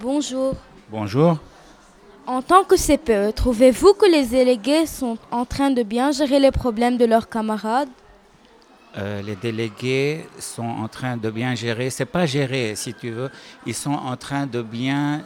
Bonjour. Bonjour. En tant que CPE, trouvez-vous que les délégués sont en train de bien gérer les problèmes de leurs camarades? Les délégués sont en train de bien gérer. C'est pas gérer, si tu veux. Ils sont en train de bien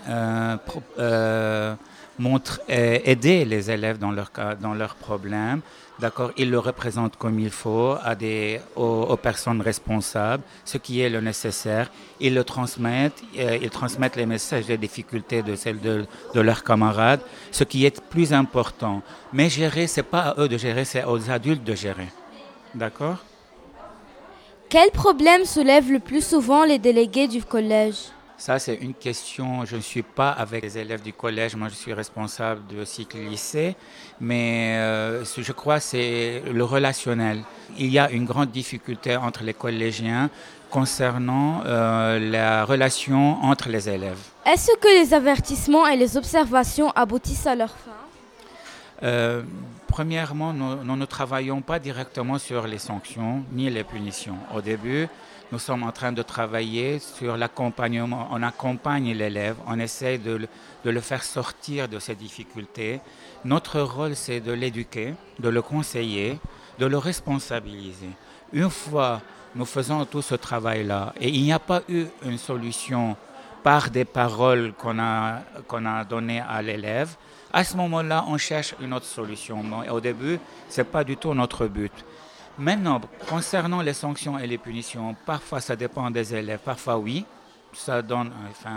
aider les élèves dans leurs problèmes. D'accord. Ils le représentent comme il faut aux personnes responsables, ce qui est le nécessaire. Ils transmettent les messages des difficultés de leurs camarades, ce qui est plus important. Mais gérer, c'est pas à eux de gérer, c'est aux adultes de gérer. D'accord? Quels problèmes soulèvent le plus souvent les délégués du collège? Ça, c'est une question. Je ne suis pas avec les élèves du collège. Moi, je suis responsable de cycle lycée. Mais je crois que c'est le relationnel. Il y a une grande difficulté entre les collégiens concernant la relation entre les élèves. Est-ce que les avertissements et les observations aboutissent à leur fin? Euh, Premièrement, nous ne travaillons pas directement sur les sanctions ni les punitions. Au début, nous sommes en train de travailler sur l'accompagnement. On accompagne l'élève, on essaie de le faire sortir de ses difficultés. Notre rôle, c'est de l'éduquer, de le conseiller, de le responsabiliser. Une fois nous faisons tout ce travail-là et il n'y a pas eu une solution par des paroles qu'on a données à l'élève, à ce moment-là, on cherche une autre solution. Bon, au début, ce n'est pas du tout notre but. Maintenant, concernant les sanctions et les punitions, parfois ça dépend des élèves, parfois oui, ça donne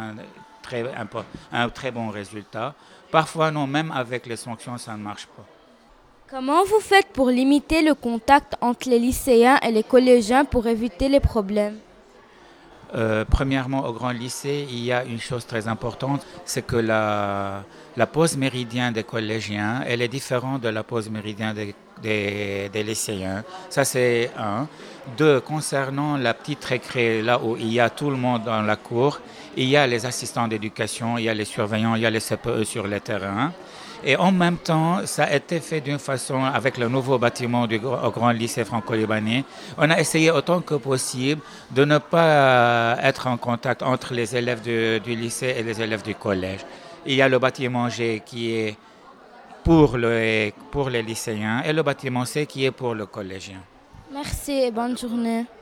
un très bon résultat. Parfois non, même avec les sanctions, ça ne marche pas. Comment vous faites pour limiter le contact entre les lycéens et les collégiens pour éviter les problèmes? Premièrement, au grand lycée, il y a une chose très importante, c'est que la pause méridien des collégiens, elle est différente de la pause méridien des lycéens. Ça, c'est un. Deux, concernant la petite récré, là où il y a tout le monde dans la cour, il y a les assistants d'éducation, il y a les surveillants, il y a les CPE sur le terrain. Et en même temps, ça a été fait d'une façon, avec le nouveau bâtiment au Grand Lycée franco-libanais, on a essayé autant que possible de ne pas être en contact entre les élèves du lycée et les élèves du collège. Il y a le bâtiment G qui est pour les lycéens et le bâtiment C qui est pour le collégien. Merci et bonne journée.